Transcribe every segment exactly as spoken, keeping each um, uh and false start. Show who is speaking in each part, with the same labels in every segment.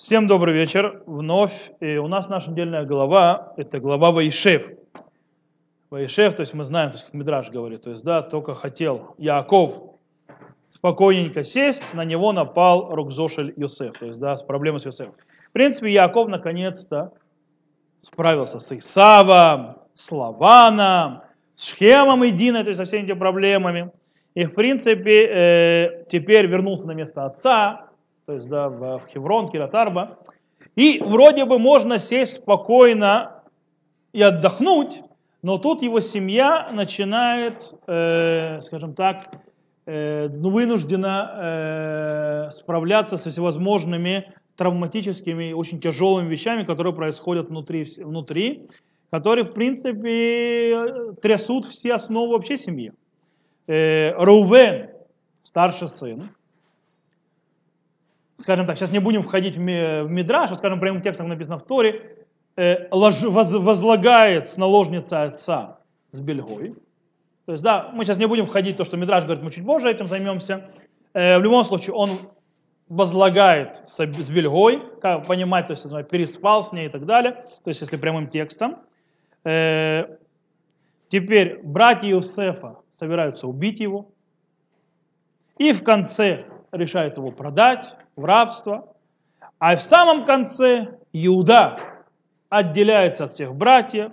Speaker 1: Всем добрый вечер. Вновь и у нас наша недельная глава, это глава Ваишев. Ваишев, то есть мы знаем, то есть, как Мидраш говорит, то есть, да, только хотел Яаков спокойненько сесть, на него напал Рукзошель Йосеф, то есть, да, с проблемой с Йосефом. В принципе, Яаков наконец-то справился с Исавом, с Лаваном, с Шхемом и Диной, то есть со всеми этими проблемами. И, в принципе, э, теперь вернулся на место отца, то есть да, в, в Хеврон, Кират-Арба. И вроде бы можно сесть спокойно и отдохнуть, но тут его семья начинает, э, скажем так, э, вынуждена э, справляться со всевозможными травматическими, очень тяжелыми вещами, которые происходят внутри, внутри которые, в принципе, трясут все основы вообще семьи. Э, Реувен, старший сын, скажем так, сейчас не будем входить в Мидраш, а скажем, прямым текстом написано в Торе, э, лож, воз, возлагает с наложницей отца с Бельгой. То есть, да, мы сейчас не будем входить в то, что Мидраш говорит, мы чуть позже этим займемся. Э, в любом случае, он возлагает с, с Бельгой, как понимать, то есть, переспал с ней и так далее, то есть, если прямым текстом. Э, теперь братья Иосифа собираются убить его, и в конце решают его продать в рабство, а в самом конце Иуда отделяется от всех братьев,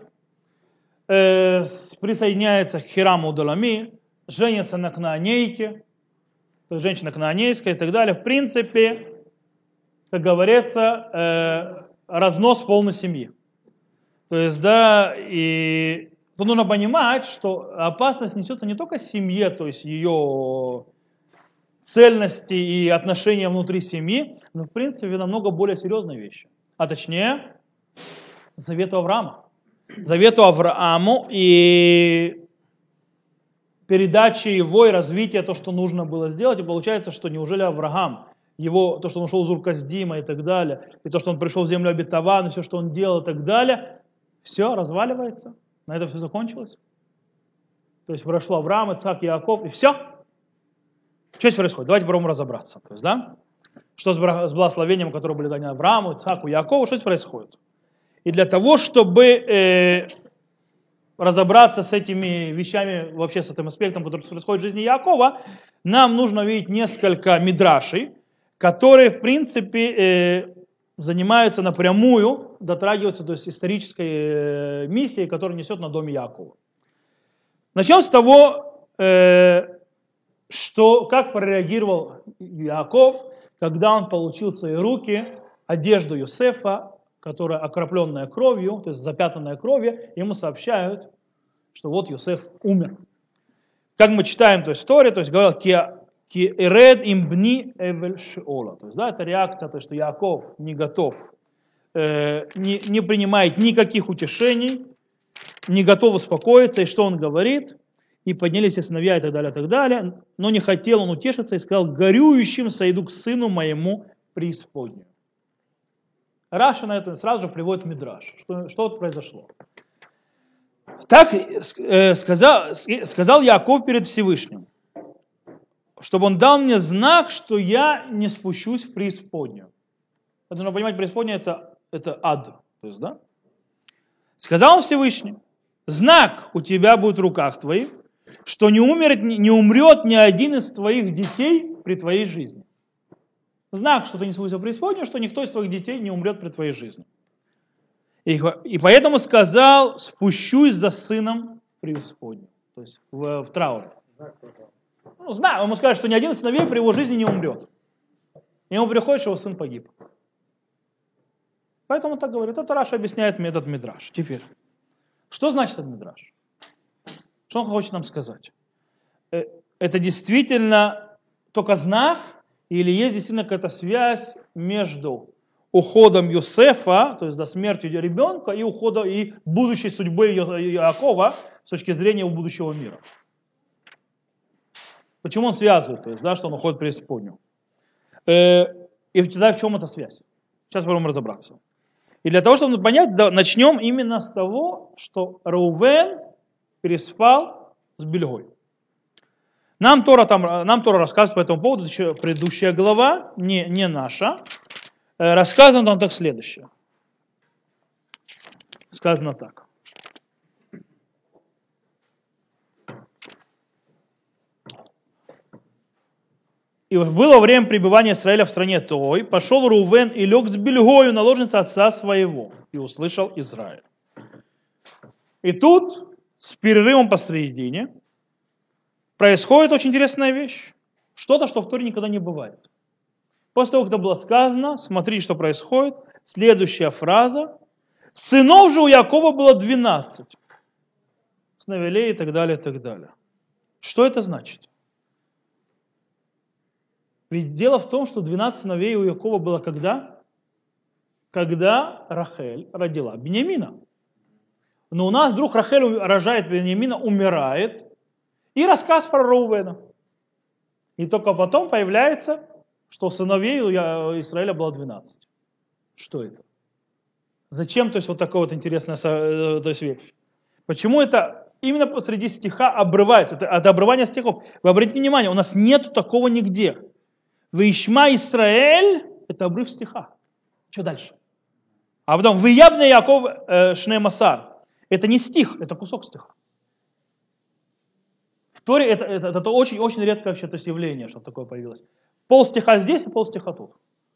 Speaker 1: э, присоединяется к Хираму Долами, женится на кнаанейке, то есть женщина кнаанейская и так далее. В принципе, как говорится, э, разнос полной семьи. То есть, да, и тут нужно понимать, что опасность несется не только семье, то есть ее цельности и отношения внутри семьи, но, в принципе, намного более серьезные вещи. А точнее, завету Авраама. Завету Аврааму и передаче его и развития, то, что нужно было сделать. И получается, что неужели Авраам, его, то, что он ушел из Ур-Касдима и так далее, и то, что он пришел в землю обетованную, все, что он делал и так далее, все разваливается. На этом все закончилось. То есть прошло Авраам, Ицхак, Яаков, и все. Что здесь происходит? Давайте попробуем разобраться. То есть, да? Что с благословением, которые были даны Аврааму, Ицхаку, Яакову, что здесь происходит? И для того, чтобы э, разобраться с этими вещами, вообще с этим аспектом, который происходит в жизни Яакова, нам нужно видеть несколько мидрашей, которые, в принципе, э, занимаются напрямую, дотрагиваются, то есть исторической э, миссией, которую несет на доме Яакова. Начнем с того, э, что, как прореагировал Яаков, когда он получил в свои руки одежду Йосефа, которая окропленная кровью, то есть запятнанная кровью, ему сообщают, что вот Йосеф умер. Как мы читаем, то есть в Торе, то есть говорил, ки эред имбни эвель шиола. То есть, да, это реакция, то есть, что Яаков не готов, э, не, не принимает никаких утешений, не готов успокоиться, и что он говорит? И поднялись и сыновья и так далее, и так далее. Но не хотел он утешиться и сказал, горюющим сойду к сыну моему преисподнюю. Раша на это сразу же приводит Мидраш. Что, что произошло? Так э, сказал, сказал Яаков перед Всевышним, чтобы он дал мне знак, что я не спущусь в преисподнюю. Это нужно понимать, преисподняя это, это ад. То есть, да? Сказал он Всевышний, знак у тебя будет в руках твоих, что не умрет, не умрет ни один из твоих детей при твоей жизни. Знак, что ты не спустился в преисподнюю, что никто из твоих детей не умрет при твоей жизни. И, и поэтому сказал, спущусь за сыном в преисподнюю. То есть в, в трауре. Ну, знаю, он ему скажет, что ни один из сыновей при его жизни не умрет. И ему приходит, что его сын погиб. Поэтому так говорит. Это Раша объясняет мне этот мидраш. Теперь, что значит этот мидраш? Что он хочет нам сказать? Это действительно только знак, или есть действительно какая-то связь между уходом Йосефа, то есть до смерти ребенка, и уходом и будущей судьбой Яакова с точки зрения будущего мира? Почему он связывает, то есть, да, что он уходит в преисподнюю? Э, и тогда в чем эта связь? Сейчас попробуем разобраться. И для того, чтобы понять, да, начнем именно с того, что Реувен переспал с Бельгой. Нам Тора, там, нам Тора рассказывает по этому поводу, еще предыдущая глава, не, не наша. рассказано там так следующее. Сказано так. И было время пребывания Израиля в стране той, пошел Рувен и лег с Бельгою, наложницы отца своего, и услышал Израиль. И тут, с перерывом посредине, происходит очень интересная вещь. Что-то, что в Торе никогда не бывает. После того, как это было сказано, смотрите, что происходит. Следующая фраза. Сынов же у Якова было двенадцать. Сыновей и так далее, и так далее. Что это значит? Ведь дело в том, что двенадцать сыновей у Якова было когда? Когда Рахель родила Беньямина. Но у нас вдруг Рахель рожает Беньямина, умирает. И рассказ про Рувена. И только потом появляется, что сыновей у Израиля было двенадцать. Что это? Зачем, то есть, вот такая вот интересная то есть, вещь? Почему это именно посреди стиха обрывается? Это, это обрывание стихов. Вы обратите внимание, у нас нет такого нигде. Вишма Исраэль – это обрыв стиха. Что дальше? А потом Виябне Яков э, Шнемасар. Это не стих, это кусок стиха. В Торе это, это, это очень-очень редкое вообще, то есть, явление, что такое появилось. Пол стиха здесь, и пол стиха тут.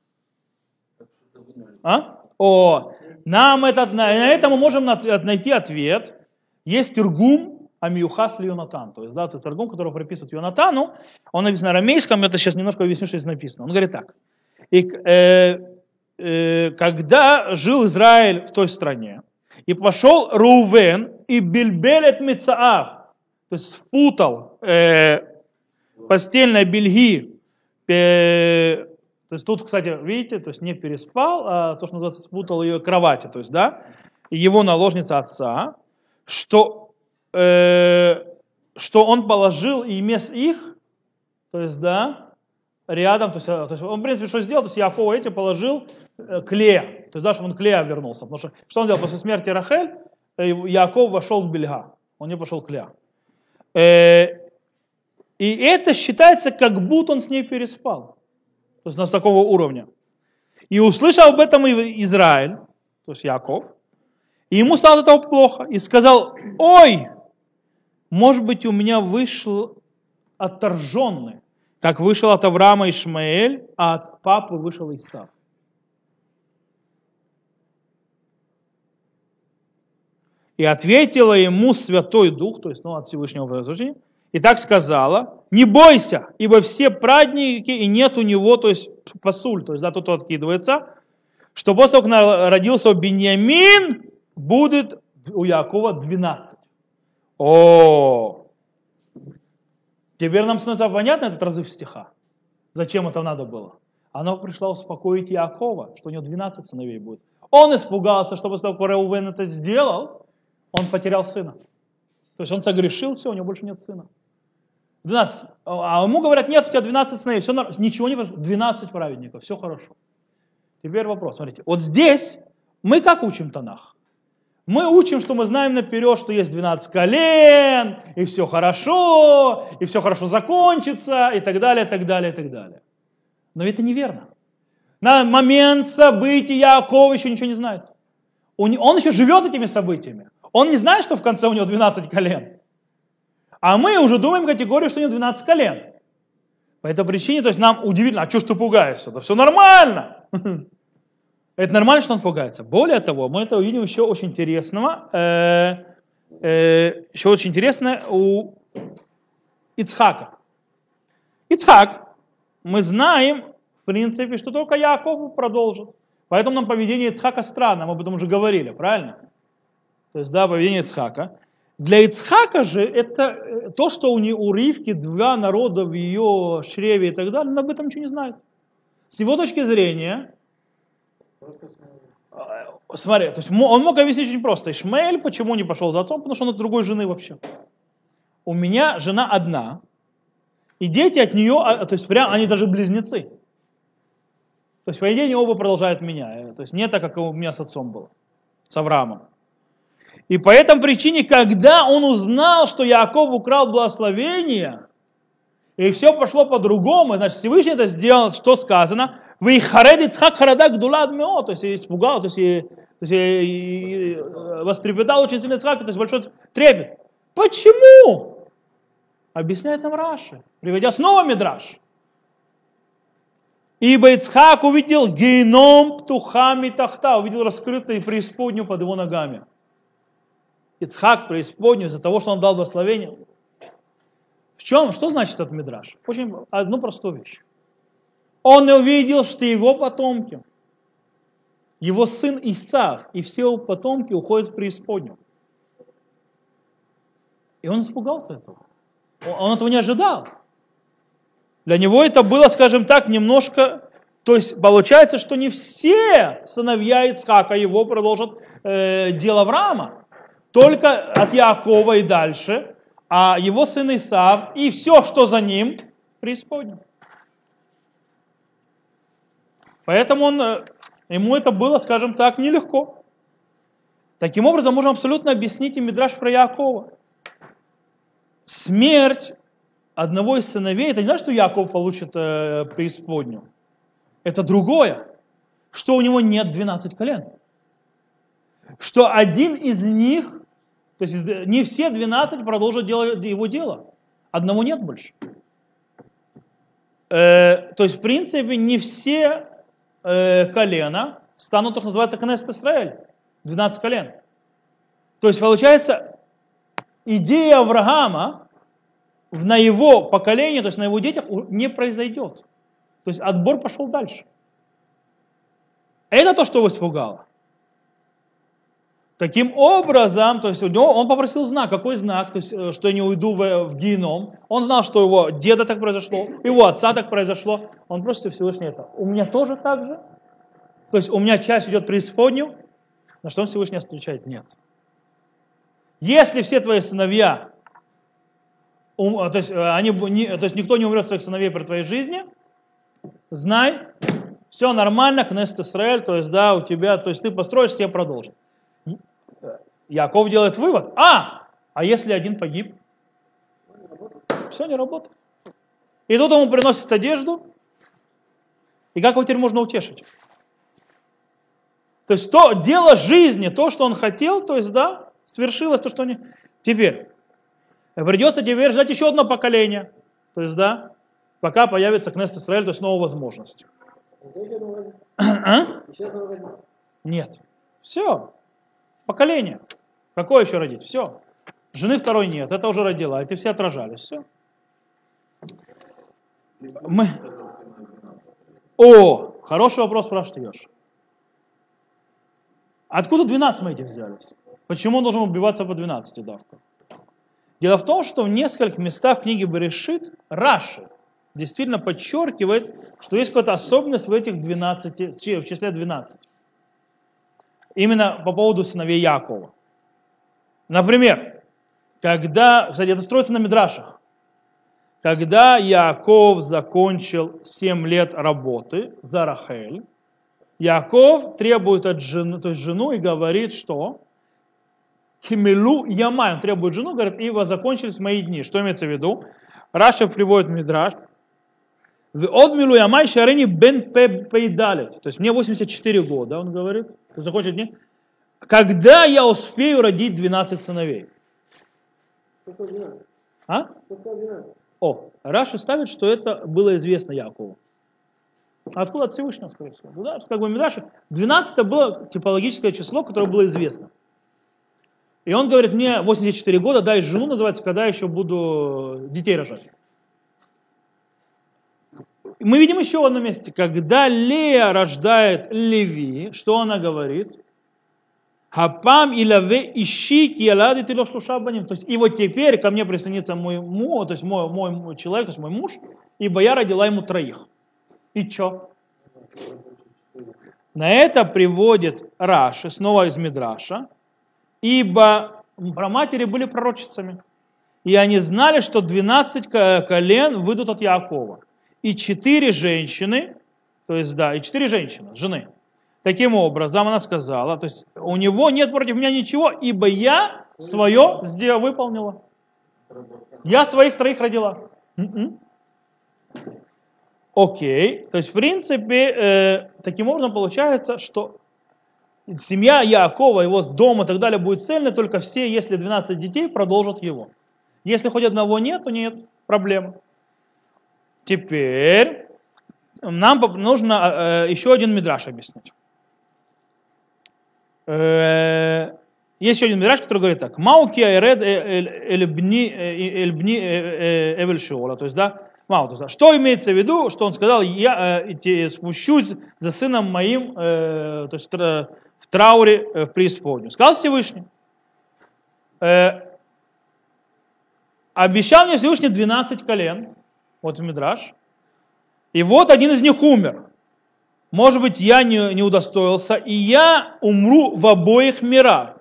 Speaker 1: А? О, нам этот, на, на это мы можем найти ответ. Есть Тиргум Амиюхас ли Йонатан. То есть, да, это Тиргум, который приписывает Йонатану. Он написан на арамейском, это сейчас немножко объясню, что здесь написано. Он говорит так. И, э, э, когда жил Израиль в той стране, и пошел Рувен и Бильбелет Мицаав, то есть спутал э, постельной бельги, э, то есть тут, кстати, видите, то есть не переспал, а то, что называется, спутал ее кровати, то есть, да, его наложница отца, что, э, что он положил и вместо их, то есть, да, рядом, то есть, то есть он, в принципе, что сделал, то есть Якова эти положил э, к Лее, то есть, да, чтобы он к Лее вернулся, потому что, что он делал после смерти Рахель, э, Яков вошел в Бельга, он не пошел к Лее. Э, и это считается, как будто он с ней переспал. То есть, с такого уровня. И услышал об этом Израиль, то есть Яков, и ему стало от этого плохо. И сказал, ой, может быть, у меня вышел отторженный, как вышел от Авраама Ишмаэль, а от папы вышел Исав. И ответила ему Святой Дух, то есть, ну, от Всевышнего производителя, и так сказала, не бойся, ибо все праздники, и нет у него, то есть пасуль, то есть да, тут откидывается, что после того, как родился Беньямин, будет у Якова двенадцать. О, теперь нам становится понятно этот разрыв стиха. Зачем это надо было? Она пришла успокоить Якова, что у него двенадцать сыновей будет. Он испугался, что после того, как Реувен это сделал, он потерял сына. То есть он согрешил, все, у него больше нет сына. двенадцать. А ему говорят, нет, у тебя двенадцать сыновей, все нормально, ничего не произошло, двенадцать праведников, все хорошо. Теперь вопрос, смотрите, вот здесь мы как учим Танах? Мы учим, что мы знаем наперед, что есть двенадцать колен, и все хорошо, и все хорошо закончится, и так далее, и так далее, и так далее. Но это неверно. На момент событий Яков еще ничего не знает. Он еще живет этими событиями. Он не знает, что в конце у него двенадцать колен. А мы уже думаем категорию, что у него двенадцать колен. По этой причине, то есть нам удивительно, а что ж ты пугаешься? Да все нормально. Это нормально, что он пугается. Более того, мы это увидим еще очень интересного, э, э, еще очень интересное у Ицхака. Ицхак, мы знаем, в принципе, что только Яков продолжит. Поэтому нам поведение Ицхака странно, мы об этом уже говорили, правильно? То есть, да, поведение Ицхака. Для Ицхака же это то, что у, не, у Ривки два народа в ее чреве и так далее, он об этом ничего не знает. С его точки зрения, смотри, то есть он мог объяснить очень просто. Ишмаэль почему не пошел за отцом? Потому что он от другой жены вообще. У меня жена одна, и дети от нее, то есть прям они даже близнецы. То есть, по идее, они оба продолжают меня. То есть не так, как у меня с отцом было, с Авраамом. И по этой причине, когда он узнал, что Яков украл благословение, и все пошло по-другому, значит, Всевышний это сделал, что сказано, Вы харед Ицхак харада гдула адмео, то есть испугал, то есть, и, то есть и, и, вострепетал очень сильно Ицхак, то есть большой трепет. Почему? Объясняет нам Раши, приводя снова Мидраш. Ибо Ицхак увидел геном птухами тахта, увидел раскрытую преисподнюю под его ногами. Ицхак преисподнюю из-за того, что он дал благословение. В чем? Что значит этот Мидраш? Очень одну простую вещь. Он увидел, что его потомки, его сын Исав и все его потомки уходят в преисподнюю. И он испугался этого. Он этого не ожидал. Для него это было, скажем так, немножко... То есть получается, что не все сыновья Ицхака его продолжат э, дело Авраама. Только от Яакова и дальше. А его сын Исав и все, что за ним, преисподнем. Поэтому он, ему это было, скажем так, нелегко. Таким образом, можем абсолютно объяснить и Мидраш про Яакова. Смерть одного из сыновей, это не значит, что Яаков получит э, преисподнюю. Это другое. Что у него нет двенадцати колен. Что один из них, то есть не все двенадцать продолжат делать его дело. Одного нет больше. Э, то есть, в принципе, не все э, колена станут, то, что называется, Кнессет Исраэль. двенадцать колен. То есть, получается, идея Авраама на его поколении, то есть на его детях, не произойдет. То есть отбор пошел дальше. Это то, что его испугало. Таким образом, то есть у него, он попросил знак. Какой знак? То есть, что я не уйду в, в геном. Он знал, что его деда так произошло, его отца так произошло. Он просит Всевышний это. У меня тоже так же. То есть у меня часть идет в преисподнюю, на что он Всевышний встречает? Нет. Если все твои сыновья, ум, то, есть, они, не, то есть никто не умрет своих сыновей при твоей жизни, знай, все нормально, Кнессет Исраэль, то есть да, у тебя, то есть ты построишь, все продолжат. Яаков делает вывод, а, а если один погиб? Все не работает. И тут ему приносят одежду, и как его теперь можно утешить? То есть то дело жизни, то, что он хотел, то есть да, свершилось то, что они... Теперь, придется теперь ждать еще одно поколение, то есть да, пока появится Кнессет Исраэль, то есть новая возможность. А? Нет. Все. Поколение. Какое еще родить? Все. Жены второй нет, это уже родила, эти все отражались. Все. Мы... О, хороший вопрос спрашиваешь. Откуда двенадцать мы этих взялись? Почему он должен убиваться по двенадцати давкам? Дело в том, что в нескольких местах в книге Берешит Раши действительно подчеркивает, что есть какая-то особенность в этих двенадцати, в числе двенадцати. Именно по поводу сыновей Яакова. Например, когда, кстати, это строится на Мидрашах, когда Яаков закончил семь лет работы за Рахель, Яаков требует от жены, то есть жену и говорит, что Кимелу Ямай, он требует жену, говорит, ибо закончились мои дни. Что имеется в виду? Раша приводит Мидраш. От Милу Ямай Шарени бен Пейдалет. То есть мне восемьдесят четыре года, он говорит, то закончит дни. Когда я успею родить двенадцать сыновей? А? О, Раша ставит, что это было известно Яакову. Откуда? От Всевышнего, скорее всего. Ну, да, как бы Мидраш, двенадцать было типологическое число, которое было известно. И он говорит, мне восемьдесят четыре года, дай жену, называется, когда еще буду детей рожать. Мы видим еще в одном месте, когда Лея рождает Леви, что она говорит? Хапам и лаве ищи киалады ты лошлуша баним. То есть, и вот теперь ко мне присоединится мой муж, то есть мой, мой человек, то есть мой муж, ибо я родила ему троих. И что? На это приводит Раши, снова из Мидраша, ибо праматери были пророчицами. И они знали, что двенадцать колен выйдут от Яакова. И четыре женщины, то есть да, и четыре женщины, жены. Таким образом, она сказала, то есть у него нет против меня ничего, ибо я свое сделала, выполнила. Я своих троих родила. Окей. То есть, в принципе, э, таким образом получается, что семья Яакова, его дом и так далее будет цельной, только все, если двенадцать детей, продолжат его. Если хоть одного нет, то нет проблем. Теперь нам нужно э, еще один мидраш объяснить. Э, есть еще один мидраш, который говорит так. Мауки айред эльбни эвель шиола. То есть, да, Мау, то есть, что имеется в виду, что он сказал, я э, спущусь за сыном моим, э, то есть в трауре э, в преисподнюю. Сказал Всевышний. Э, обещал мне Всевышний двенадцать колен. Вот мидраш. И вот один из них умер. Может быть, я не, не удостоился, и я умру в обоих мирах.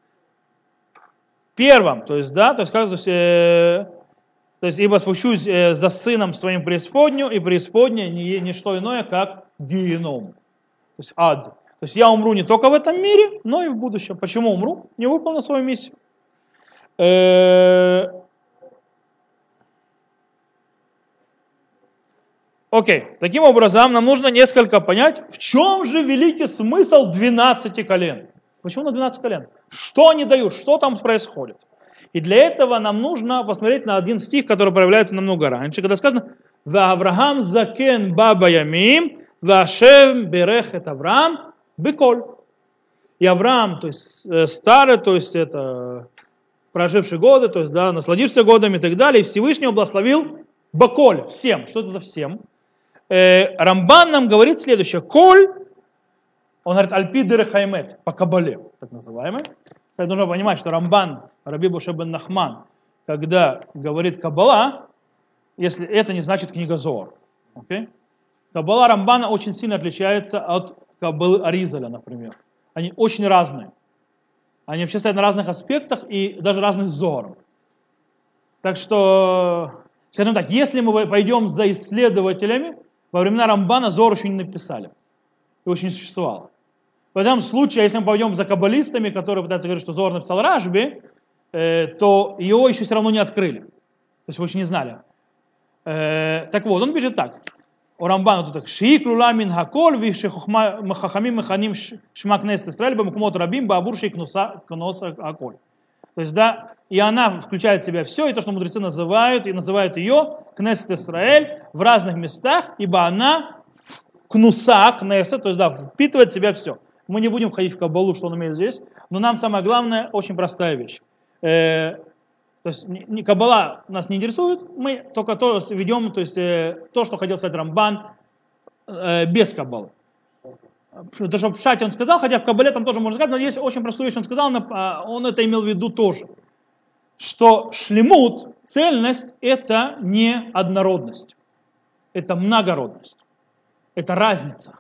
Speaker 1: Первом, то есть, да, то есть, как, то есть, э, то есть ибо спущусь э, за сыном своим преисподнюю, и преисподняя не, не что иное, как геном, то есть ад. То есть я умру не только в этом мире, но и в будущем. Почему умру? Не выполнил свою миссию. Э, Окей, таким образом нам нужно несколько понять, в чем же великий смысл двенадцати колен. Почему на двенадцать колен? Что они дают, что там происходит? И для этого нам нужно посмотреть на один стих, который проявляется намного раньше, когда сказано «Ва Авраам закен баба ямим, ва Ашем берех эт Авраам беколь». И Авраам, то есть старый, то есть это проживший годы, то есть да, насладившийся годами и так далее, и Всевышний благословил беколь, всем. Что это за всем? Э, Рамбан нам говорит следующее. Коль, он говорит, альпи дерех хаймет, по кабале, так называемый. Нужно понимать, что Рамбан, Раби Буше бен Нахман, когда говорит кабала, если это не значит книга Зоар. Okay? Кабала Рамбана очень сильно отличается от кабалы Аризаля, например. Они очень разные. Они вообще стоят на разных аспектах и даже разных Зоаров. Так что, скажем так, если мы пойдем за исследователями, во времена Рамбана Зоар еще не написали. Его еще не существовало. В этом случае, если мы пойдем за каббалистами, которые пытаются говорить, что Зоар написал Рашби, э, то его еще все равно не открыли. То есть его еще не знали. Э, так вот, он пишет так. У Рамбана тут так. Шиикру ламин хаколь виши хахамим механим шма кнесет Исраэль бамхумот рабим баабур ши кноса аколь. То есть, да, и она включает в себя все, и то, что мудрецы называют, и называют ее Кнесет Исраэль в разных местах, ибо она кнуса, кнесет, то есть, да, впитывает в себя все. Мы не будем входить в каббалу, что он имеет здесь, но нам самое главное, очень простая вещь. Э, то есть, не, каббала нас не интересует, мы только то ведем, то есть, э, то, что хотел сказать Рамбан, э, без каббалы. Даже в Пшате он сказал, хотя в каббале там тоже можно сказать, но есть очень простую вещь, он сказал, он это имел в виду тоже, что шлемут, цельность, это не однородность, это многородность, это разница.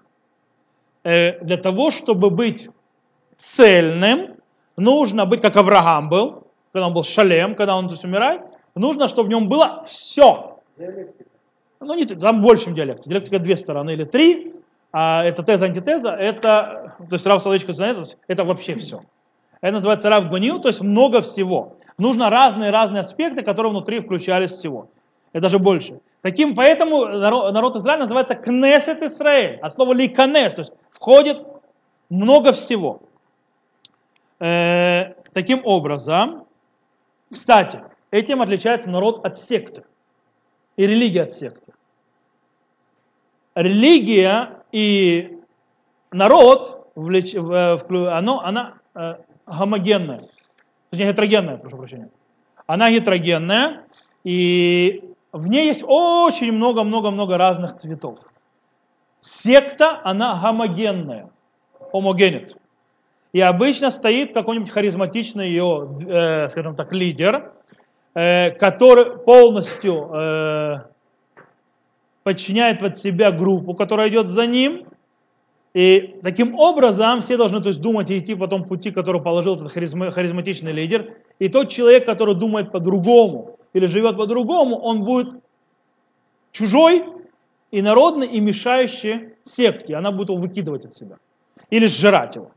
Speaker 1: Для того, чтобы быть цельным, нужно быть, как Авраам был, когда он был шалем, когда он здесь умирает, нужно, чтобы в нем было все. Ну, не там больше, чем диалектика. Диалектика две стороны или три, а это теза, антитеза, это, то есть Рав Соловейчик, это вообще все. Это называется Рав Гонил, то есть много всего. Нужно разные-разные аспекты, которые внутри включались всего. Это даже больше. Таким, поэтому народ, народ Израиля называется Кнесет Исраэль. От слова ликанеш, то есть входит много всего. Э, таким образом, кстати, этим отличается народ от секты. И религия от секты. Религия и народ, влеч, в, в, оно, она э, гомогенная. Точнее, гетерогенная, прошу прощения. Она гетерогенная, и в ней есть очень много-много-много разных цветов. Секта, она гомогенная, homogenic. И обычно стоит какой-нибудь харизматичный ее, э, скажем так, лидер, э, который полностью э, подчиняет под себя группу, которая идет за ним. И таким образом все должны, то есть, думать и идти по тому пути, который положил этот харизма, харизматичный лидер. И тот человек, который думает по-другому или живет по-другому, он будет чужой, инородный и мешающий секте. Она будет его выкидывать от себя. Или сжирать его.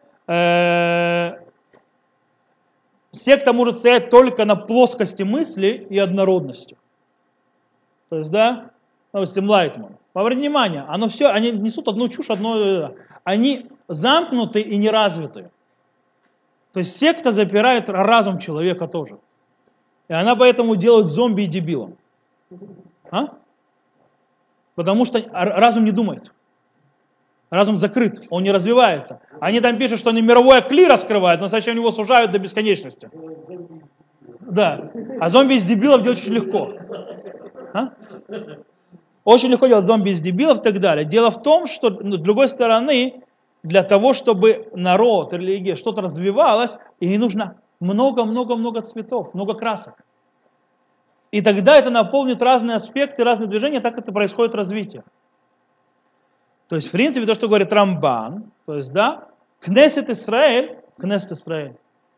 Speaker 1: Секта может стоять только на плоскости мысли и однородности. То есть, да, допустим, Лайтман. Обратите внимание, оно все, они несут одну чушь, одно, они замкнуты и неразвиты. То есть секта запирает разум человека тоже. И она поэтому делает зомби и дебилом. А? Потому что разум не думает. Разум закрыт, он не развивается. Они там пишут, что они мировое кли раскрывают, но зачем его сужают до бесконечности. Да. А зомби из дебилов делать очень легко. А? Очень легко делать зомби из дебилов и так далее. Дело в том, что, ну, с другой стороны, для того, чтобы народ, религия, что-то развивалось, ей нужно много-много-много цветов, много красок. И тогда это наполнит разные аспекты, разные движения, так это происходит развитие. То есть, в принципе, то, что говорит Рамбан, то есть, да, Кнессет Исраэль, Кнессет Исраэль,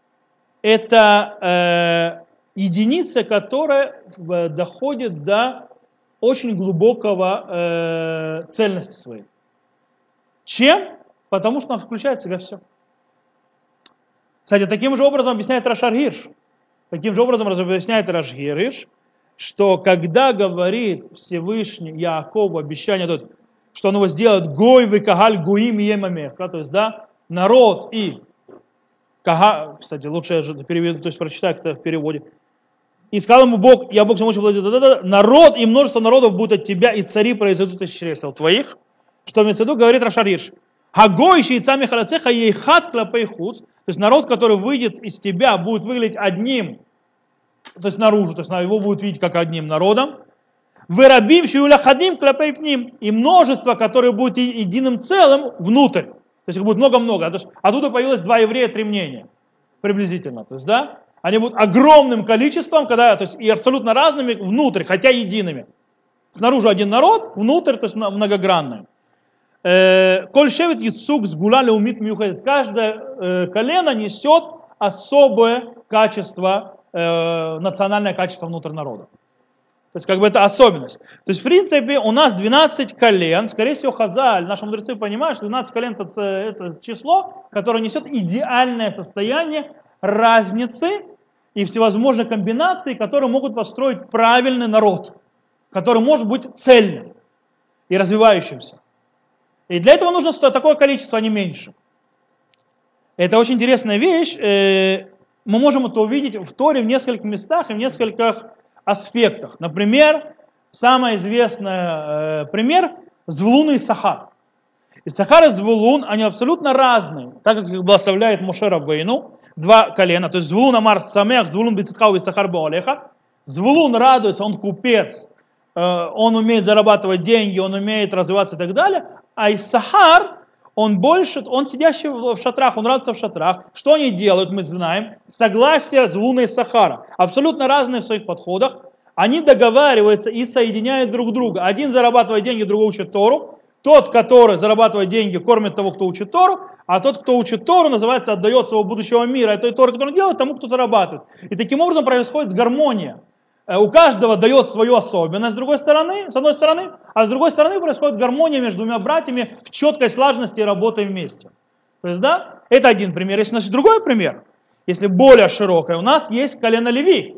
Speaker 1: это э, единица, которая доходит до очень глубокого э, цельности своей. Чем? Потому что он включает в себя все. Кстати, таким же образом объясняет Рашар Гирш. Таким же образом объясняет Рашар Гирш, что когда говорит Всевышний Яакову обещание, что он его сделает гой векагаль гуим емамеха, то есть, да, народ и кага, кстати, лучше я же переведу, то есть прочитаю это в переводе. И сказал ему Бог, я Бог всемогущий, народ и множество народов будут от тебя, и цари произойдут из чресел твоих. Что имеется в виду, говорит Рашар Гирш. Хагой шейцами харацеха ейхат клапей хуц. То есть народ, который выйдет из тебя, будет выглядеть одним, то есть наружу, то есть его будут видеть как одним народом. Вырабим шиуля хадим клапей пним. И множество, которое будет единым целым внутрь. То есть их будет много-много. То есть оттуда появилось два еврея, три мнения. Приблизительно. То есть, да? Они будут огромным количеством, когда, то есть и абсолютно разными внутрь, хотя едиными. Снаружи один народ, внутрь, то есть многогранный. Коль шевет яцук сгула леумит мюхедет. Каждое колено несет особое качество, национальное качество внутрь народа. То есть как бы это особенность. То есть в принципе у нас двенадцать колен, скорее всего Хазаль, наши мудрецы понимают, что двенадцать колен это, это число, которое несет идеальное состояние разницы и всевозможные комбинации, которые могут построить правильный народ, который может быть цельным и развивающимся. И для этого нужно такое количество, а не меньше. Это очень интересная вещь. Мы можем это увидеть в Торе в нескольких местах и в нескольких аспектах. Например, самый известный пример – Звулун и Исахар. Исахар и Звулун, они абсолютно разные, так как их благословляет Моше Рабейну. Два колена, то есть Звулун амар самех, Звулун бицитхау и Исахар баолеха. Звулун радуется, он купец, он умеет зарабатывать деньги, он умеет развиваться и так далее. А Исахар, он больше, он сидящий в шатрах, он радуется в шатрах. Что они делают, мы знаем. Согласие Звулуна и Исахара. Абсолютно разные в своих подходах. Они договариваются и соединяют друг друга. Один зарабатывает деньги, другой учит Тору. Тот, который зарабатывает деньги, кормит того, кто учит Тору. А тот, кто учит Тору, называется, отдает своего будущего мира. И той Тору, которую он делает, тому, кто зарабатывает. И таким образом происходит гармония. У каждого дает свою особенность с другой стороны, с одной стороны, а с другой стороны происходит гармония между двумя братьями в четкой слаженности и работой вместе. То есть, да, это один пример. Есть, значит, другой пример, если более широкое, у нас есть колено Леви.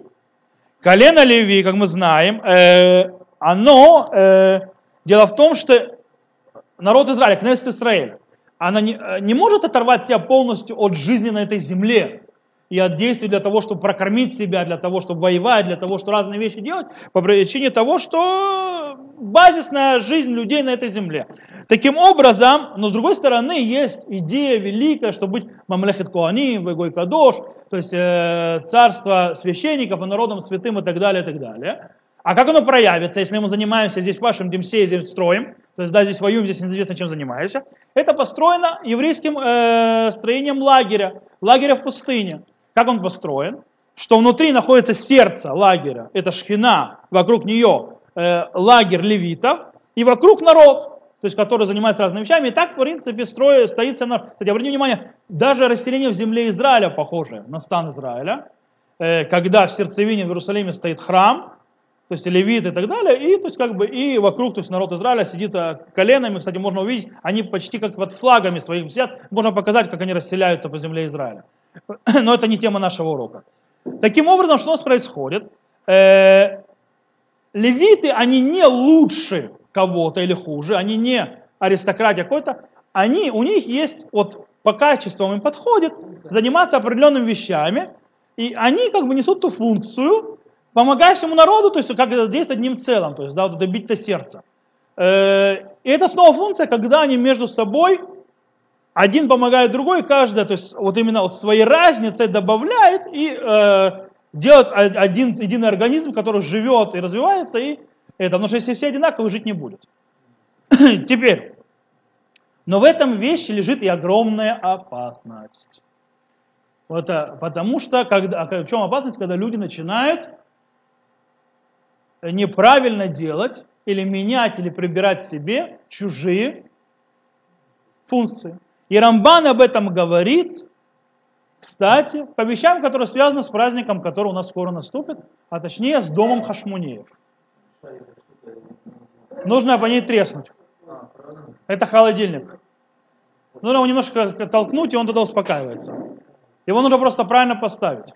Speaker 1: Колено Леви, как мы знаем, э, оно, э, дело в том, что народ Израиля, Кнессет Исраэль, она не, не может оторвать себя полностью от жизни на этой земле и от действий для того, чтобы прокормить себя, для того, чтобы воевать, для того, чтобы разные вещи делать, по причине того, что базисная жизнь людей на этой земле. Таким образом, но с другой стороны, есть идея великая, чтобы быть мамлехет коаним, вегой кадош, то есть э, царство священников и народом святым и так далее, и так далее. А как оно проявится, если мы занимаемся здесь пашем, демсей, здесь строим, то есть да, здесь воюем, здесь неизвестно чем занимаемся. Это построено еврейским э, строением лагеря, лагеря в пустыне. Как он построен? Что внутри находится сердце лагеря, это шхина, вокруг нее э, лагерь левитов, и вокруг народ, то есть который занимается разными вещами. И так, в принципе, строит, стоится народ. Кстати, обратите внимание, даже расселение в земле Израиля похоже на стан Израиля, э, когда в сердцевине в Иерусалиме стоит храм, то есть левиты и так далее, и, то есть, как бы, и вокруг, то есть народ Израиля сидит коленами, кстати, можно увидеть, они почти как под флагами своих сидят, можно показать, как они расселяются по земле Израиля. Но это не тема нашего урока. Таким образом, что у нас происходит? левиты, они не лучше кого-то или хуже, они не аристократия какой-то, они, у них есть, вот по качествам им подходит заниматься определенными вещами, и они как бы несут ту функцию, помогая всему народу, то есть как действовать одним целым, то есть да, вот это бить-то сердце. И это снова функция, когда они между собой, один помогает другой, каждый, то есть вот именно вот своей разницей добавляет и э, делает один единый организм, который живет и развивается, и это, потому что если все одинаковые, жить не будет. Теперь, но в этом вещи лежит и огромная опасность. Вот, потому что, когда, в чем опасность, когда люди начинают неправильно делать, или менять, или прибирать себе чужие функции. И Рамбан об этом говорит, кстати, по вещам, которые связаны с праздником, который у нас скоро наступит, а точнее с домом Хашмонеев. Нужно по ней треснуть. Это холодильник. Нужно его немножко толкнуть, и он тогда успокаивается. Его нужно просто правильно поставить.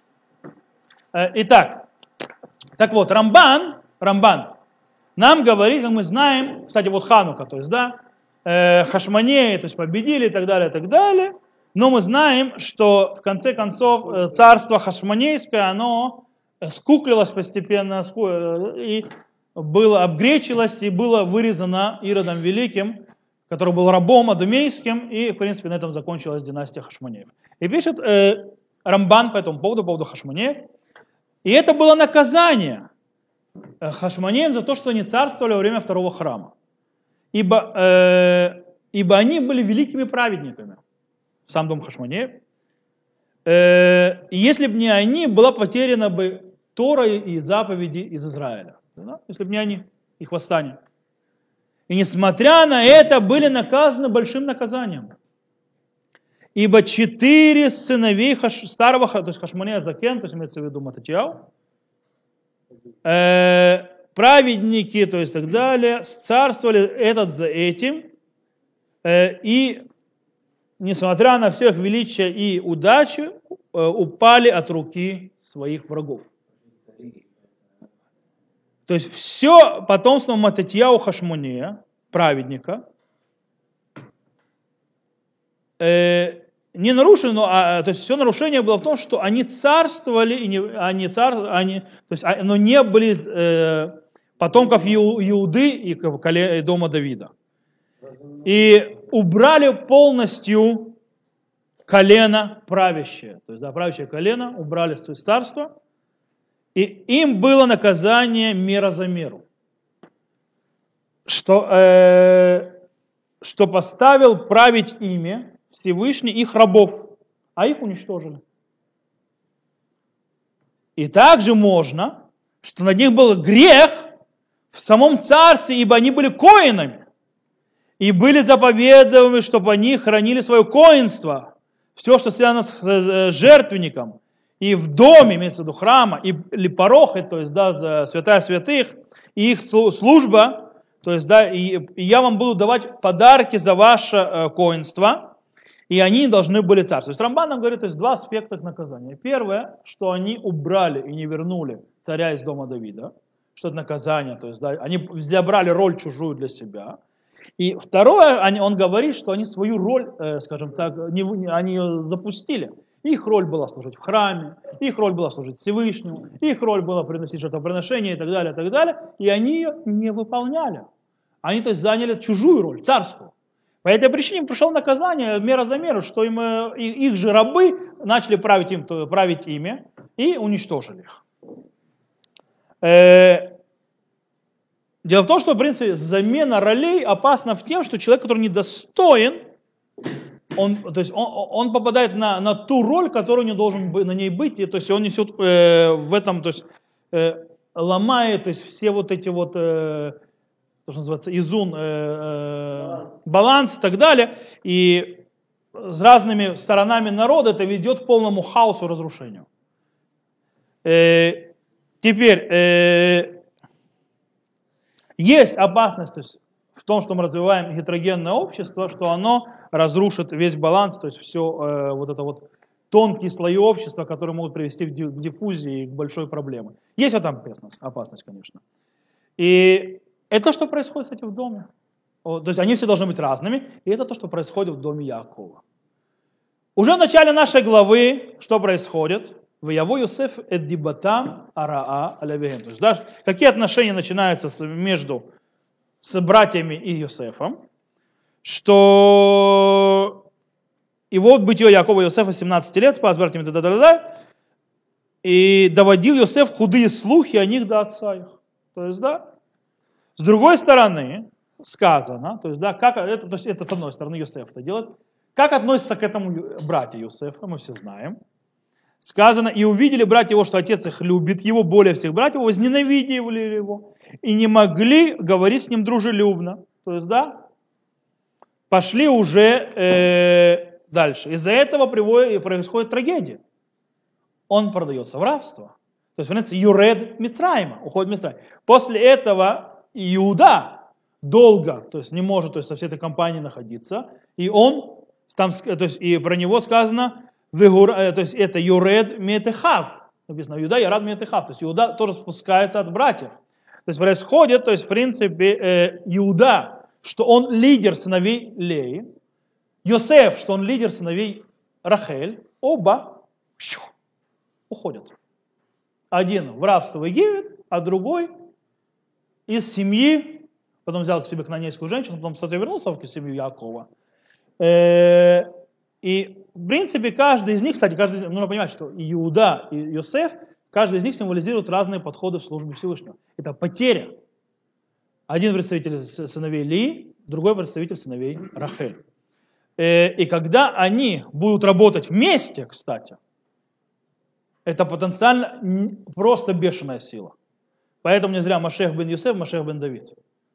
Speaker 1: Итак, так вот, Рамбан, Рамбан нам говорит, как мы знаем, кстати, вот Ханука, то есть, да, э, Хашмонеи, то есть победили и так далее, и так далее, но мы знаем, что в конце концов царство Хашмонейское, оно скуклилось постепенно и было обгречилось и было вырезано Иродом Великим, который был рабом адумейским, и, в принципе, на этом закончилась династия Хашмонеев. И пишет э, Рамбан по этому поводу, по поводу Хашмонеев, и это было наказание Хашмонеям за то, что они царствовали во время второго храма. Ибо, э, ибо они были великими праведниками. Сам дом Хашмонеев. Э, и если бы не они, была потеряна бы Тора и заповеди из Израиля. Да? Если бы не они, их восстание. И несмотря на это, были наказаны большим наказанием. Ибо четыре сыновей Хаш, старого, то есть Хашмонея Закен, то есть имеется в виду Мататьяу, Э, праведники, то есть так далее, царствовали этот за этим, э, и, несмотря на все их величие и удачу, э, упали от руки своих врагов. То есть все потомство Мататьяу Хашмонея, праведника, э, не нарушено, а, то есть все нарушение было в том, что они царствовали, и не, они цар, они, то есть, но не были э, потомков Иуды и, и дома Давида. И убрали полностью колено правящее, то есть да, правящее колено убрали с царства, и им было наказание мера за меру, что, э, что поставил править ими Всевышний их рабов, а их уничтожили. И также можно, что над них был грех в самом царстве, ибо они были коинами. И были заповедованы, чтобы они хранили свое коинство, все, что связано с жертвенником, и в доме, имеется в виду храма, и, или порохи, то есть да, святая святых, и их служба, то есть да, и, и я вам буду давать подарки за ваше э, коинство, и они должны были царствовать. То есть Рамбан нам говорит, то есть два аспекта наказания. Первое, что они убрали и не вернули царя из дома Давида, что это наказание, то есть да, они забрали роль чужую для себя. И второе, они, он говорит, что они свою роль, э, скажем так, не, они запустили. Их роль была служить в храме, их роль была служить Всевышнему, их роль была приносить жертвоприношения и так далее, и так далее. И они ее не выполняли. Они, то есть, заняли чужую роль, царскую. По этой причине им пришло наказание, мера за меру, что им, их же рабы начали править, им, править ими и уничтожили их. Дело в том, что, в принципе, замена ролей опасна в тем, что человек, который недостоин, он, то есть он, он попадает на, на ту роль, которую не должен на ней быть, и, то есть он несет э, в этом, то есть э, ломает, то есть все вот эти вот... Э, то, что называется изун, э, э, баланс и так далее, и с разными сторонами народа это ведет к полному хаосу, разрушению. Э, теперь, э, есть опасность то есть, в том, что мы развиваем гетерогенное общество, что оно разрушит весь баланс, то есть все э, вот это вот тонкие слои общества, которые могут привести к диффузии и к большой проблеме. Есть в этом опасность, опасность, конечно. И это что происходит, кстати, в доме. То есть они все должны быть разными, и это то, что происходит в доме Яакова. Уже в начале нашей главы что происходит? «Ваяво Йосеф эд дибатам араа алявиhem». То есть даже какие отношения начинаются с, между с братьями и Йосефом, что и вот бытие Яакова и Йосефа семнадцать лет, спас братьями, да-да-да-да, и доводил Йосеф худые слухи о них до отца их. То есть, да, с другой стороны, сказано, то есть, да, как это, то есть, это с одной стороны Йосеф это делает, как относятся к этому братья Йосефа, мы все знаем. Сказано, и увидели братья его, что отец их любит его более всех братьев, возненавидели его, и не могли говорить с ним дружелюбно. То есть, да, пошли уже э, дальше. Из-за этого приводит, происходит трагедия. Он продается в рабство. То есть, в принципе, Юред Мицраима, уходит в Мицраим. После этого Иуда долго, то есть не может, то есть, со всей этой компанией находиться, и он, там, то есть, и про него сказано, то есть это Юред Метехав, написано, Иуда Ярад Метехав, то есть Иуда тоже спускается от братьев. То есть происходит, то есть в принципе э, Иуда, что он лидер сыновей Леи, Йосеф, что он лидер сыновей Рахель, оба щу, уходят. Один в рабство в Египет, а другой из семьи, потом взял к себе кнанейскую женщину, потом, кстати, вернулся в семью Яакова. Э, и в принципе, каждый из них, кстати, каждый, нужно понимать, что Иуда и Йосеф, каждый из них символизирует разные подходы в службе Всевышнего. Это потеря. Один представитель сыновей Ли, другой представитель сыновей Рахель. И когда они будут работать вместе, кстати, это потенциально просто бешеная сила. Поэтому не зря Машех бен Йосеф, Машех бен Давид.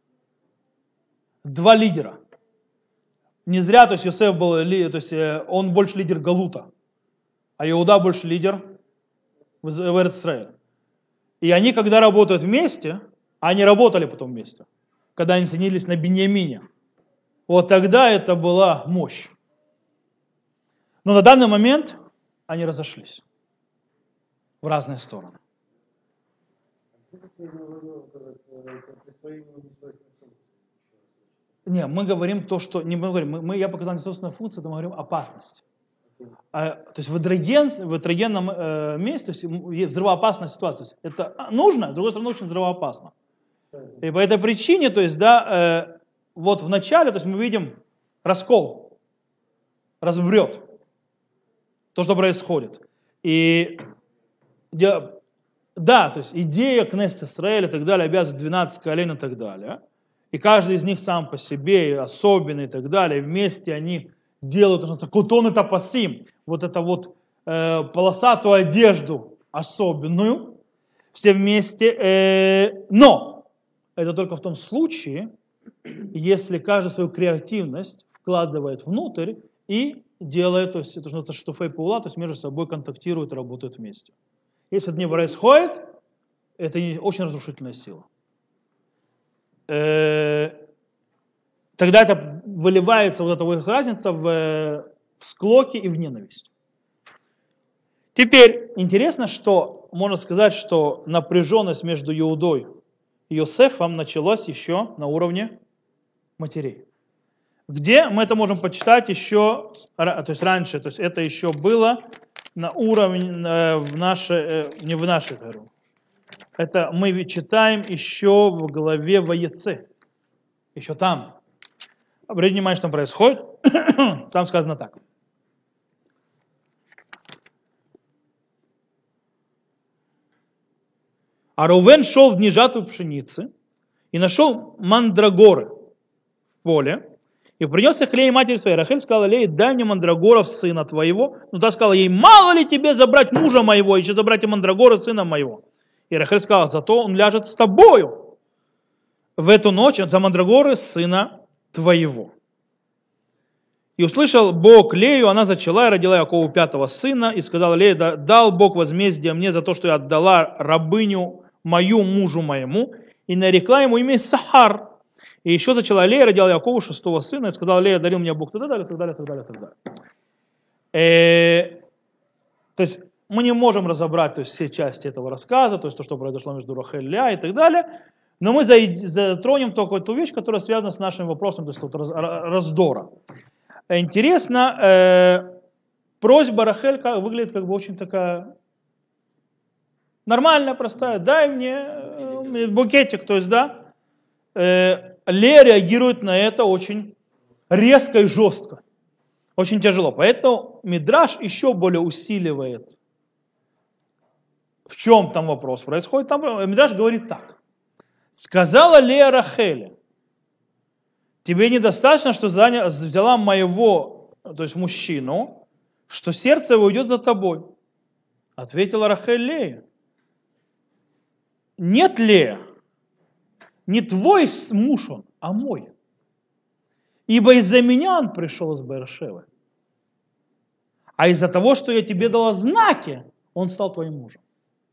Speaker 1: Два лидера. Не зря, то есть Йосеф был, то есть он больше лидер Галута, а Иуда больше лидер в Эрец-Исраэль. И они, когда работают вместе, они работали потом вместе, когда они соединились на Биньямине, вот тогда это была мощь. Но на данный момент они разошлись в разные стороны. Не, мы говорим то, что... Не мы говорим, мы, мы, я показал не собственную функцию, это мы говорим опасность. А, то есть в, эдроген, в эдрогенном э, месте то есть, взрывоопасная ситуация. То есть, это нужно, с другой стороны, очень взрывоопасно. И по этой причине, то есть, да, э, вот в начале, то есть мы видим раскол, разбрет то, что происходит. И да, то есть идея Кнессет Исраэль и так далее, обязывает двенадцать коленей и так далее. И каждый из них сам по себе, особенный и так далее, вместе они делают, что кутон и тапасим, вот это вот э, полосатую одежду особенную, все вместе. Э, но это только в том случае, если каждый свою креативность вкладывает внутрь и делает, то есть это называется штуфей паула, то есть между собой контактируют и работают вместе. Если это не происходит, это очень разрушительная сила. Тогда это выливается, вот эта вот разница в, в склоке и в ненависть. Теперь интересно, что можно сказать, что напряженность между Иудой и Йосефом началась еще на уровне матерей. Где мы это можем почитать еще, то есть раньше, то есть это еще было на уровне, в нашей, не в нашей, говорю. Это мы читаем еще в главе Ваеце. Еще там. Обратите внимание, что там происходит. Там сказано так. А Рувен шел в дни жатвы пшеницы и нашел мандрагоры в поле. И принес их Лее матери своей. Рахель сказала Лее: дай мне мандрагоров сына твоего. Но та сказала ей: мало ли тебе забрать мужа моего, еще забрать и мандрагора сына моего. И Рахель сказала: зато он ляжет с тобою в эту ночь за мандрагоры сына твоего. И услышал Бог Лею, она зачала и родила Якову пятого сына, и сказала Лея: дал Бог возмездие мне за то, что я отдала рабыню мою мужу моему, и нарекла ему имя Сахар. И еще зачала Лея, родила Якову шестого сына, и сказала Лея: дарил мне Бог, так далее, так далее, так далее, так далее. То есть мы не можем разобрать то есть, все части этого рассказа, то есть то, что произошло между Рахель и Леа и так далее, но мы затронем только ту вещь, которая связана с нашим вопросом, то есть вот раздора. Интересно, э, просьба Рахель выглядит как бы очень такая нормальная, простая. Дай мне э, букетик, то есть, да. Э, Лея реагирует на это очень резко и жестко. Очень тяжело. Поэтому Мидраш еще более усиливает. В чем там вопрос происходит? Там Мидраш говорит так. Сказала Лея Рахеле: тебе недостаточно, что взяла моего, то есть мужчину, что сердце его идет за тобой. Ответила Рахель Лея: нет, Лея, не твой муж он, а мой. Ибо из-за меня он пришел из Беэр-Шевы. А из-за того, что я тебе дала знаки, он стал твоим мужем.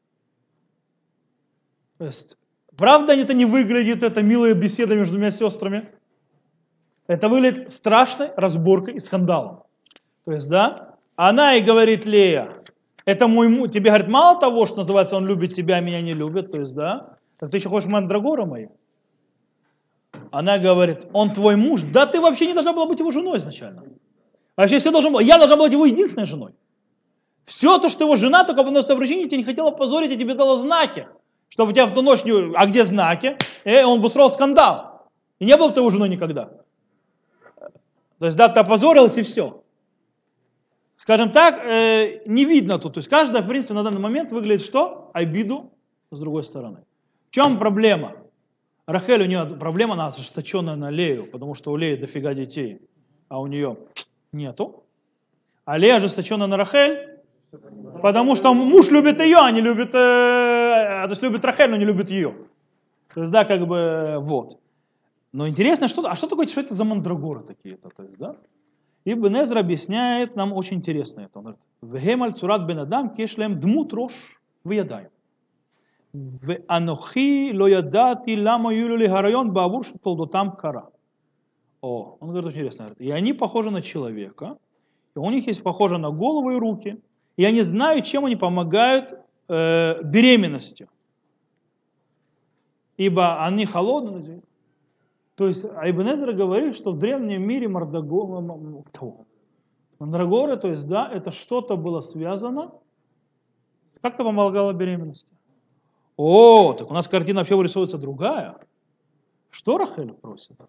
Speaker 1: То есть, правда, это не выглядит, это милая беседа между двумя сестрами. Это выглядит страшной разборкой и скандалом. То есть, да, она и говорит: Лея, это мой муж. Тебе, говорит, мало того, что называется, он любит тебя, а меня не любит. То есть, да, так ты еще хочешь мандрагора мои? Она говорит: он твой муж? Да ты вообще не должна была быть его женой изначально. Вообще все должно было. Я должна была быть его единственной женой. Все то, что его жена, только по одной причине тебя не хотела позорить, и тебе дала знаки. Чтобы у тебя в ту ночь, а где знаки? И он бы устроил скандал. И не был бы ты его женой никогда. То есть, да, ты опозорилась и все. Скажем так, э, не видно тут. То есть, каждая, в принципе, на данный момент выглядит что? Обиду с другой стороны. В чем проблема? Рахель, у нее проблема, она ожесточенная на Лею, потому что у Леи дофига детей, а у нее нету. А Лея ожесточенная на Рахель, потому что муж любит ее, а не любит, э, то есть любит Рахель, но не любит ее. То есть, да, как бы, вот. Но интересно, что, а что такое, что это за мандрагоры такие-то, то есть, да? Ибн Эзра объясняет нам очень интересно это. Он говорит: «Вегемаль цурат бен адам кешлем дмут рош виядаем. В анохи ло ядати лама юлюли гарайон баавур шатолдотам кара». О, он говорит очень интересно. И они похожи на человека, и у них есть похоже на голову и руки, и я не знаю, чем они помогают э, беременности. Ибо они холодные. То есть Ибн Эзра говорит, что в древнем мире мандрагоры, то есть, да, это что-то было связано, как-то помогало беременности. О, так у нас картина вообще вырисовывается другая. Что Рахель просит?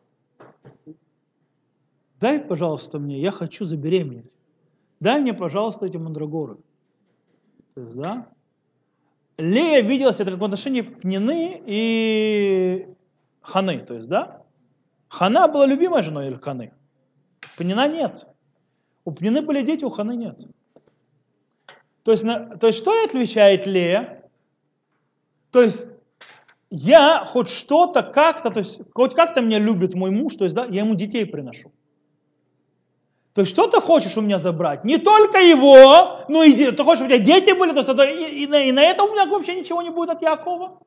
Speaker 1: Дай, пожалуйста, мне, я хочу забеременеть. Дай мне, пожалуйста, эти мандрагоры. То есть, да? Лея виделась это как в отношении Пнины и Ханы, то есть, да? Хана была любимой женой Эльканы. Пнина нет. У Пнины были дети, у Ханы нет. То есть, на, то есть что отвечает Лея? То есть я хоть что-то как-то, то есть хоть как-то меня любит мой муж, то есть да, я ему детей приношу. То есть что ты хочешь у меня забрать? Не только его, но и ты хочешь, чтобы у тебя дети были, то есть, и, и, на, и на это у меня вообще ничего не будет от Якова.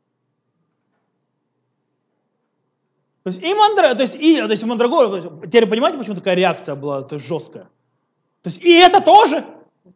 Speaker 1: То есть и мандра, то есть и, то есть мандрагора, теперь понимаете, почему такая реакция была, то есть жесткая? То есть и это тоже.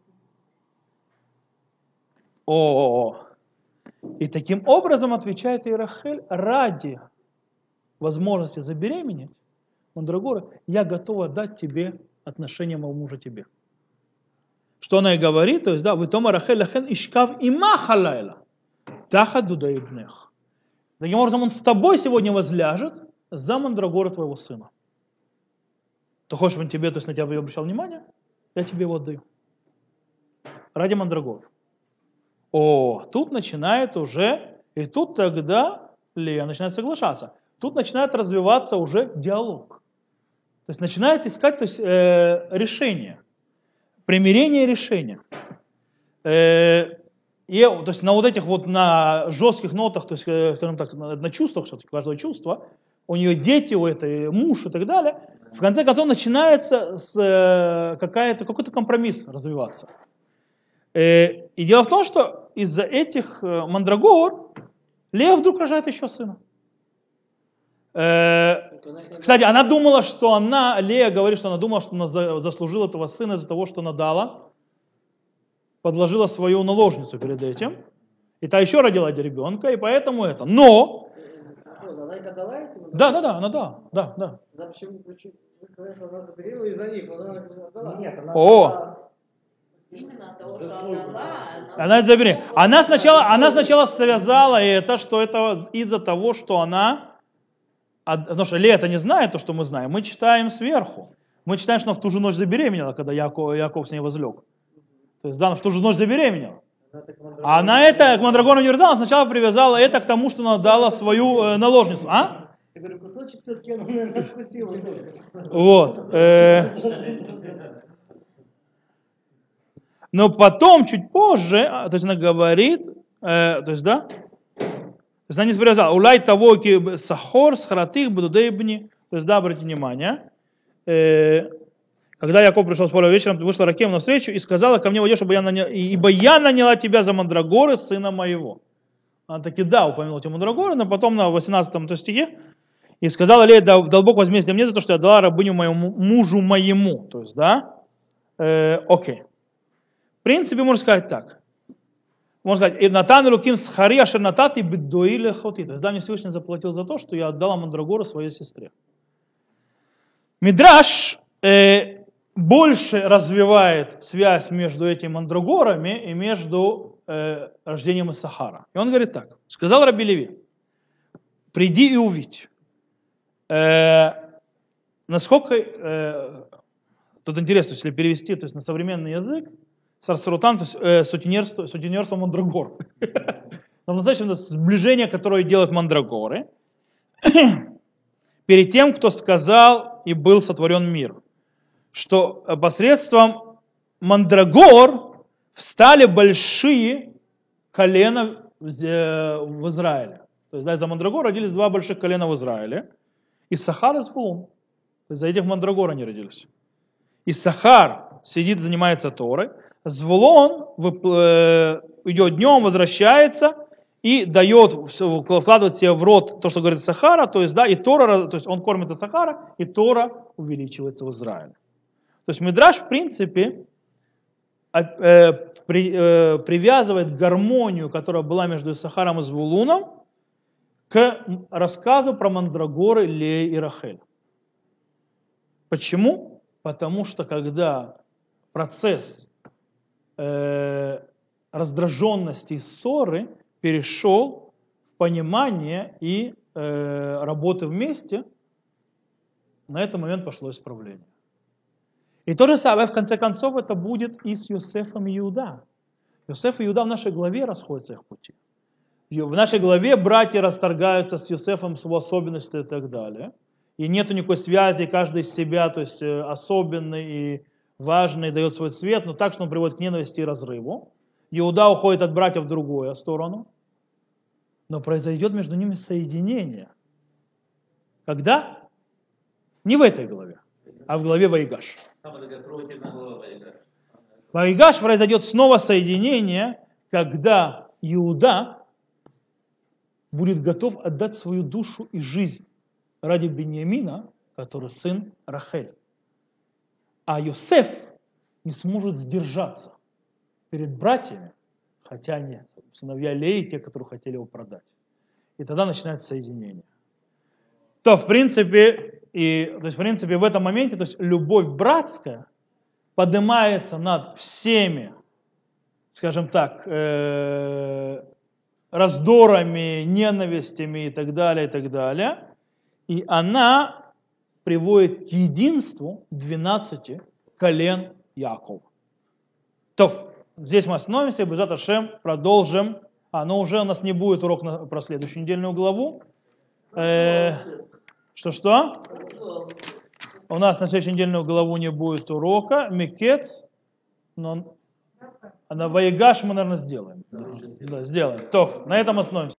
Speaker 1: О, и таким образом отвечает и Рахель: ради возможности забеременеть, мандрагора, я готова дать тебе отношение моего мужа тебе. Что она и говорит, то есть да, вы тома Рахель лахен ишкав има халайла таха дуда ибнех. Таким образом он с тобой сегодня возляжет за мандрагора твоего сына. Ты хочешь, чтобы он тебе, то есть на тебя обращал внимание? Я тебе его отдаю. Ради мандрагора. О, тут начинает уже, и тут тогда Лея начинает соглашаться. Тут начинает развиваться уже диалог. То есть начинает искать то есть, э, решение. Примирение и решение. Э, и, то есть на вот этих вот на жестких нотах, то есть, скажем так, на, на чувствах, что-то, каждого чувства, у нее дети, у этой муж и так далее, в конце концов начинается с, э, какая-то, какой-то компромисс развиваться. Э, и дело в том, что из-за этих э, мандрагор Лея вдруг рожает еще сына. Э, кстати, она думала, что она, Лея говорит, что она думала, что она заслужила этого сына из-за того, что она дала подложила свою наложницу перед этим, и та еще родила ребенка, и поэтому это. Но...
Speaker 2: Она их отдала этим?
Speaker 1: Да, да, да, она да, да, да.
Speaker 2: Да, почему, почему? Вы говорите, что она забеременела из-за них, но она отдала. Нет, она
Speaker 1: О!
Speaker 2: отдала.
Speaker 3: Именно от того, что она дала,
Speaker 1: Она забеременела. Она сначала, она сначала связала это, что это из-за того, что она... Потому что Лея это не знает то, что мы знаем. Мы читаем сверху. Мы читаем, что она в ту же ночь забеременела, когда Яков, Яков с ней возлег. То есть, да, она в ту же ночь забеременела. А она это к мандрагору не привязала, сначала привязала это к тому, что она дала свою э, наложницу. А?
Speaker 2: Я говорю, кусочек все-таки она, наверное, откусила.
Speaker 1: Вот. Э, но потом, чуть позже, то есть она говорит, э, то есть, да, то есть она не привязала. Улай того, ки сахор, схаратых, будудейбни. То есть, да, обратите внимание. Э, Когда Яков пришел с поля вечером, вышла Рахель навстречу и сказала: ко мне войдешь, ибо я, наня... ибо я наняла тебя за мандрагоры, сына моего. Она таки да, упомянула эти мандрагоры, но потом на восемнадцатом стихе и сказала: Лея, дал Бог возмездие мне за то, что я дала рабыню моему мужу моему. То есть, да, э, окей. В принципе, можно сказать так. Можно сказать: и Натан руким схари ашернатат и бедуиле хоти. То есть, да, мне Всевышний заплатил за то, что я отдала мандрагоры своей сестре. Мидраш э, больше развивает связь между этими мандрагорами и между э, рождением Иссахара. И он говорит так. Сказал Раби Леви: приди и увидь. Э, насколько, э, тут интересно, если перевести, то есть на современный язык, сарсарутан, то есть э, сутенерство, сутенерство мандрагор. Но назначено сближение, которое делают мандрагоры, перед тем, кто сказал и был сотворен мир, что посредством мандрагор встали большие колена в Израиле. То есть, да, из-за мандрагор родились два больших колена в Израиле. Иссахар и Звулун. То есть, за этих мандрагор они родились. Иссахар сидит, занимается Торой. Звулун идет днем, возвращается и дает, вкладывает себе в рот то, что говорит Иссахара. То есть, да, и Тора, то есть он кормит Иссахара, и Тора увеличивается в Израиле. То есть Мидраш, в принципе, привязывает гармонию, которая была между Иссахаром и Звулуном, к рассказу про мандрагоры Леи и Рахель. Почему? Потому что когда процесс э, раздраженности и ссоры перешел в понимание и э, работы вместе, на этот момент пошло исправление. И то же самое, в конце концов, это будет и с Йосефом и Иуда. Йосеф и Иуда в нашей главе расходятся их пути. В нашей главе братья расторгаются с Йосефом, с его особенностью и так далее. И нет никакой связи, каждый из себя, то есть особенный и важный, дает свой цвет, но так, что он приводит к ненависти и разрыву. Иуда уходит от братьев в другую сторону. Но произойдет между ними соединение. Когда? Не в этой главе, а в главе Ваигаш. В Ваигаш произойдет снова соединение, когда Иуда будет готов отдать свою душу и жизнь ради Беньямина, который сын Рахель. А Йосеф не сможет сдержаться перед братьями, хотя они сыновья Леи, те, которые хотели его продать. И тогда начинается соединение. То, в принципе, и, то есть, в принципе, в этом моменте, то есть, любовь братская поднимается над всеми, скажем так, э- раздорами, ненавистями и так далее, и так далее. И она приводит к единству двенадцати колен Якова. То, здесь мы остановимся, и Б'эзрат Ашем продолжим. А, но уже у нас не будет урок на, про следующую недельную главу. Э, что-что? У нас на следующую недельную главу не будет урока. Микец, но... А на Ваигаш мы, наверное, сделаем. Да, сделаем. То, на этом остановимся.